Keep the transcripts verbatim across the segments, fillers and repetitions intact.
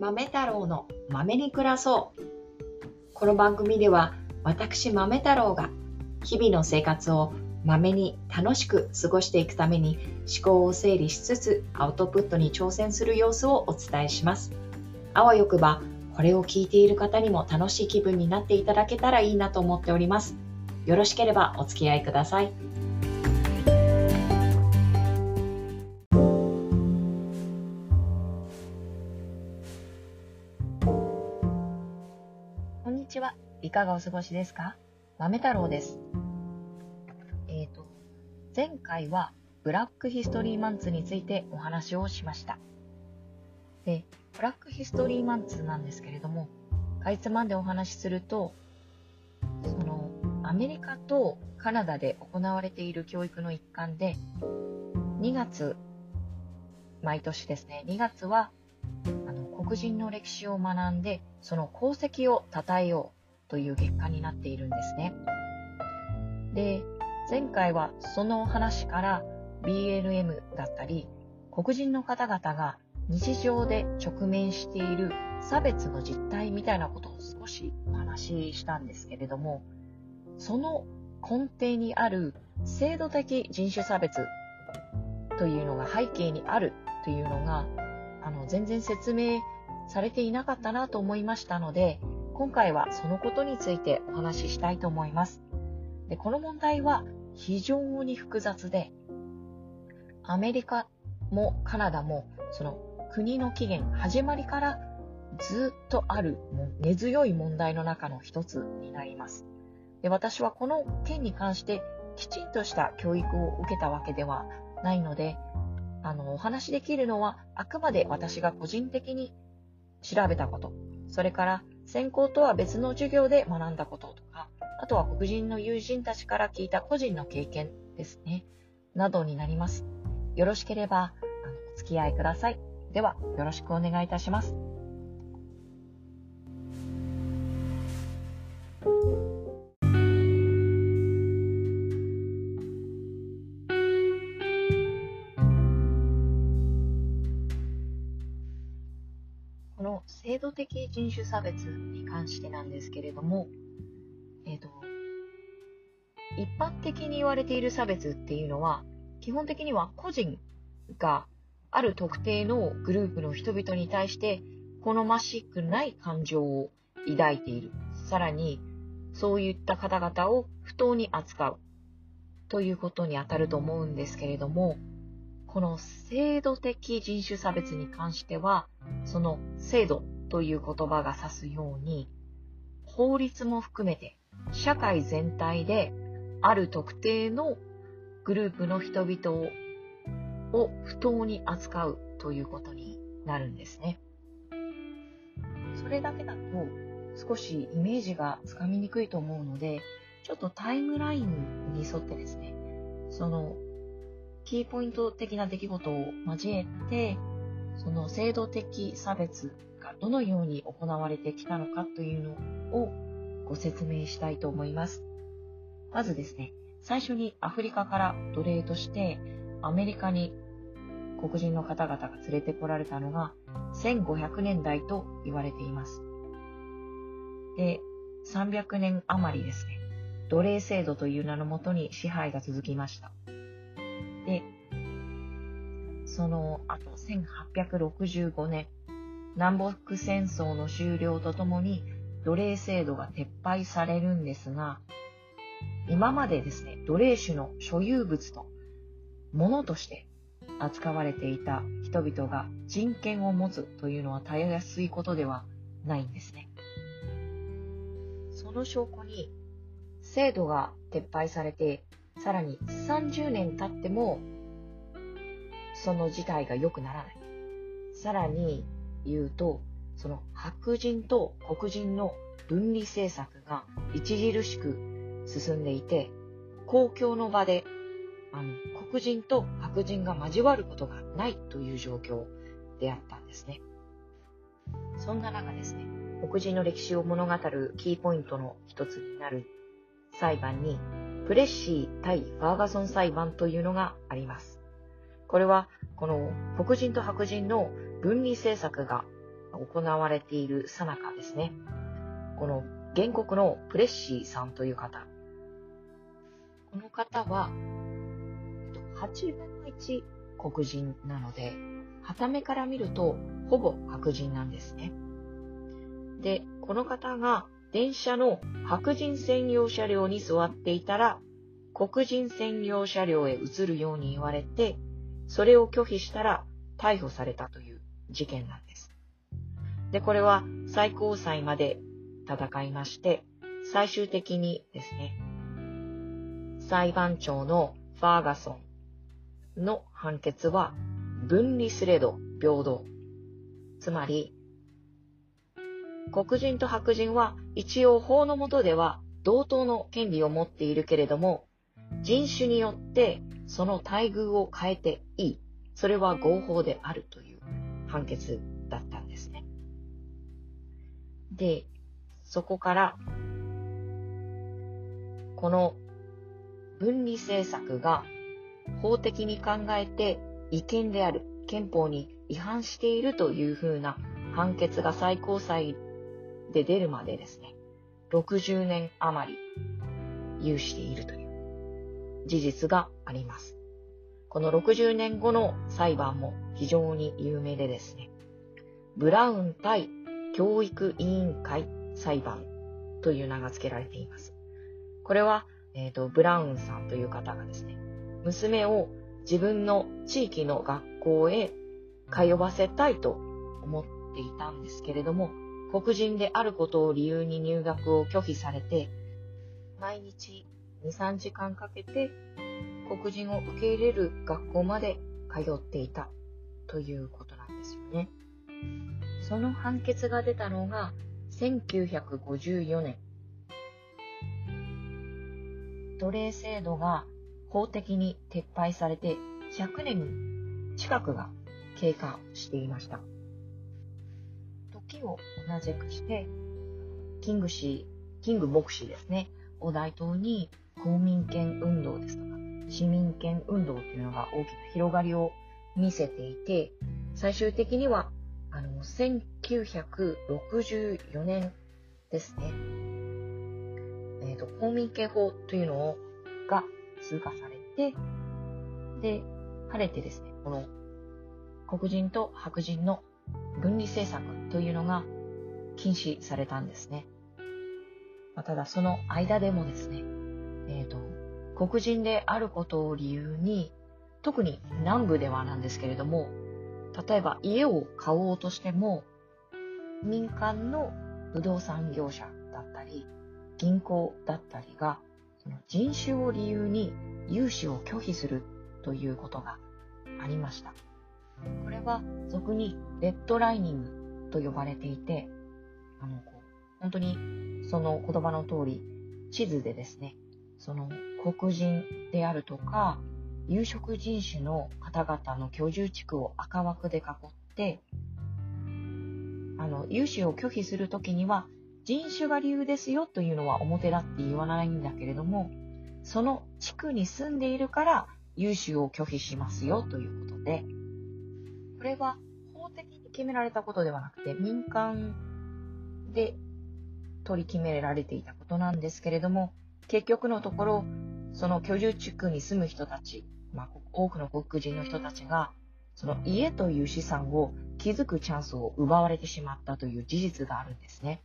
豆太郎の豆に暮らそう。この番組では私豆太郎が日々の生活を豆に楽しく過ごしていくために思考を整理しつつアウトプットに挑戦する様子をお伝えします。あわよくばこれを聞いている方にも楽しい気分になっていただけたらいいなと思っております。よろしければお付き合いください。こんにちは。いかがお過ごしですか？豆太郎です。えっと、前回はブラックヒストリーマンツについてお話をしました。で、ブラックヒストリーマンツなんですけれども、かいつまんでお話しすると、そのアメリカとカナダで行われている教育の一環で、にがつ、毎年ですね、にがつはあの黒人の歴史を学んで、その功績を称えようという月間になっているんですね。で、前回はその話から ビーエルエム だったり、黒人の方々が日常で直面している差別の実態みたいなことを少しお話ししたんですけれども、その根底にある制度的人種差別というのが背景にあるというのがあの全然説明されていなかったなと思いましたので、今回はそのことについてお話ししたいと思います。で、この問題は非常に複雑で、アメリカもカナダもその国の起源、始まりからずっとある根強い問題の中の一つになります。で、私はこの件に関してきちんとした教育を受けたわけではないので、あのお話しできるのはあくまで私が個人的に調べたこと、それから専攻とは別の授業で学んだこととか、あとは黒人の友人たちから聞いた個人の経験ですね、などになります。よろしければあのお付き合いください。ではよろしくお願いいたします。この制度的人種差別に関してなんですけれども、えっと、一般的に言われている差別っていうのは、基本的には個人がある特定のグループの人々に対して好ましくない感情を抱いている。さらに、そういった方々を不当に扱うということに当たると思うんですけれども、この制度的人種差別に関しては、その制度という言葉が指すように、法律も含めて社会全体である特定のグループの人々を不当に扱うということになるんですね。それだけだと少しイメージがつかみにくいと思うので、ちょっとタイムラインに沿ってですね、そのキーポイント的な出来事を交えて、その制度的差別がどのように行われてきたのかというのをご説明したいと思います。まずですね、最初にアフリカから奴隷としてアメリカに黒人の方々が連れてこられたのがせんごひゃくねんだいと言われています。で、さんびゃくねん余りですね、奴隷制度という名のもとに支配が続きました。で、その後せんはっぴゃくろくじゅうごねん、南北戦争の終了とともに奴隷制度が撤廃されるんですが、今までですね、奴隷種の所有物と物として扱われていた人々が人権を持つというのはたやすいことではないんですね。その証拠に、制度が撤廃されて、さらにさんじゅうねん経ってもその事態が良くならない。さらに言うと、その白人と黒人の分離政策が著しく進んでいて、公共の場であの黒人と白人が交わることがないという状況であったんですね。そんな中ですね、黒人の歴史を物語るキーポイントの一つになる裁判に、プレッシー対ファーガソン裁判というのがあります。これはこの黒人と白人の分離政策が行われている最中ですね。この原告のプレッシーさんという方。この方は、はちぶんのいち黒人なので、傍目から見るとほぼ白人なんですね。で、この方が電車の白人専用車両に座っていたら、黒人専用車両へ移るように言われて、それを拒否したら逮捕されたという事件なんです。で、これは最高裁まで戦いまして、最終的にですね、裁判長のファーガソンの判決は分離すれど平等。つまり、黒人と白人は一応法の下では同等の権利を持っているけれども、人種によってその待遇を変えていい。それは合法であるという判決だったんですね。で、そこから、この分離政策が法的に考えて違憲である、憲法に違反しているというふうな判決が最高裁で出るまでですね、ろくじゅうねん余り有しているという事実があります。このろくじゅうねんごの裁判も非常に有名でですね、ブラウン対教育委員会裁判という名が付けられています。これは、えーと、ブラウンさんという方がですね、娘を自分の地域の学校へ通わせたいと思っていたんですけれども、黒人であることを理由に入学を拒否されて、毎日に、さんじかんかけて黒人を受け入れる学校まで通っていたということなんですよね。その判決が出たのがせんきゅうひゃくごじゅうよねん。奴隷制度が法的に撤廃されてひゃくねん近くが経過していました。時を同じくして、キング氏、キング牧師ですね、を題頭に公民権運動ですとか、市民権運動というのが大きな広がりを見せていて、最終的にはあのせんきゅうひゃくろくじゅうよねんですね、えーと、公民権法というのが通過されて、で、晴れてですね、この黒人と白人の分離政策というのが禁止されたんですね。まあ、ただその間でもですね、えーと、黒人であることを理由に、特に南部ではなんですけれども、例えば家を買おうとしても、民間の不動産業者だったり、銀行だったりが、その人種を理由に融資を拒否するということがありました。これは俗にレッドライニングと呼ばれていて、あのこう本当にその言葉の通り、地図でですね、その黒人であるとか有色人種の方々の居住地区を赤枠で囲って、あの融資を拒否するときには人種が理由ですよというのは表立って言わないんだけれども、その地区に住んでいるから融資を拒否しますよということで、これは法的に決められたことではなくて民間で取り決められていたことなんですけれども、結局のところその居住地区に住む人たち、まあ、多くの黒人の人たちがその家という資産を築くチャンスを奪われてしまったという事実があるんですね。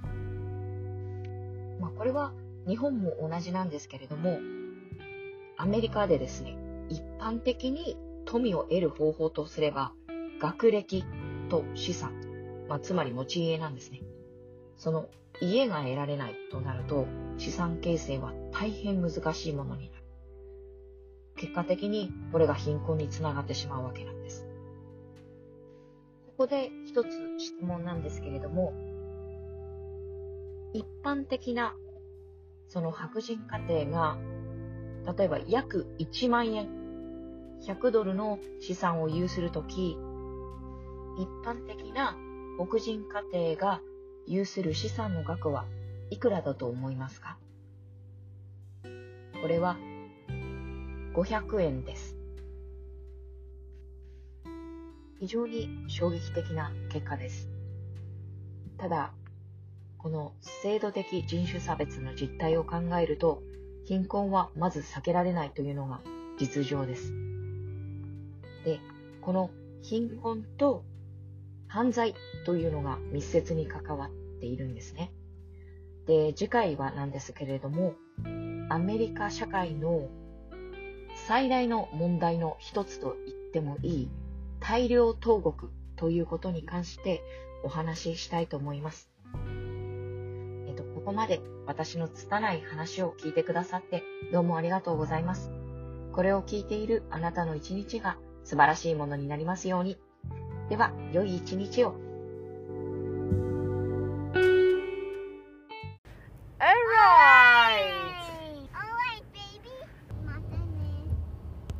まあ、これは日本も同じなんですけれども、アメリカでですね、一般的に富を得る方法とすれば学歴と資産、まあ、つまり持ち家なんですね。その家が得られないとなると資産形成は大変難しいものになる。結果的にこれが貧困につながってしまうわけなんです。ここで一つ質問なんですけれども、一般的なその白人家庭が例えば約いちまんえん、ひゃくドルの資産を有するとき、一般的な黒人家庭が有する資産の額はいくらだと思いますか？これはごひゃくえんです。非常に衝撃的な結果です。 ただ、この制度的人種差別の実態を考えると、貧困はまず避けられないというのが実情です。で、この貧困と犯罪というのが密接に関わっているんですね。で、次回はなんですけれども、アメリカ社会の最大の問題の一つと言ってもいい大量投獄ということに関してお話ししたいと思います。えっと、ここまで私の拙い話を聞いてくださってどうもありがとうございます。これを聞いているあなたの一日が素晴らしいものになりますように。では、良い一日を。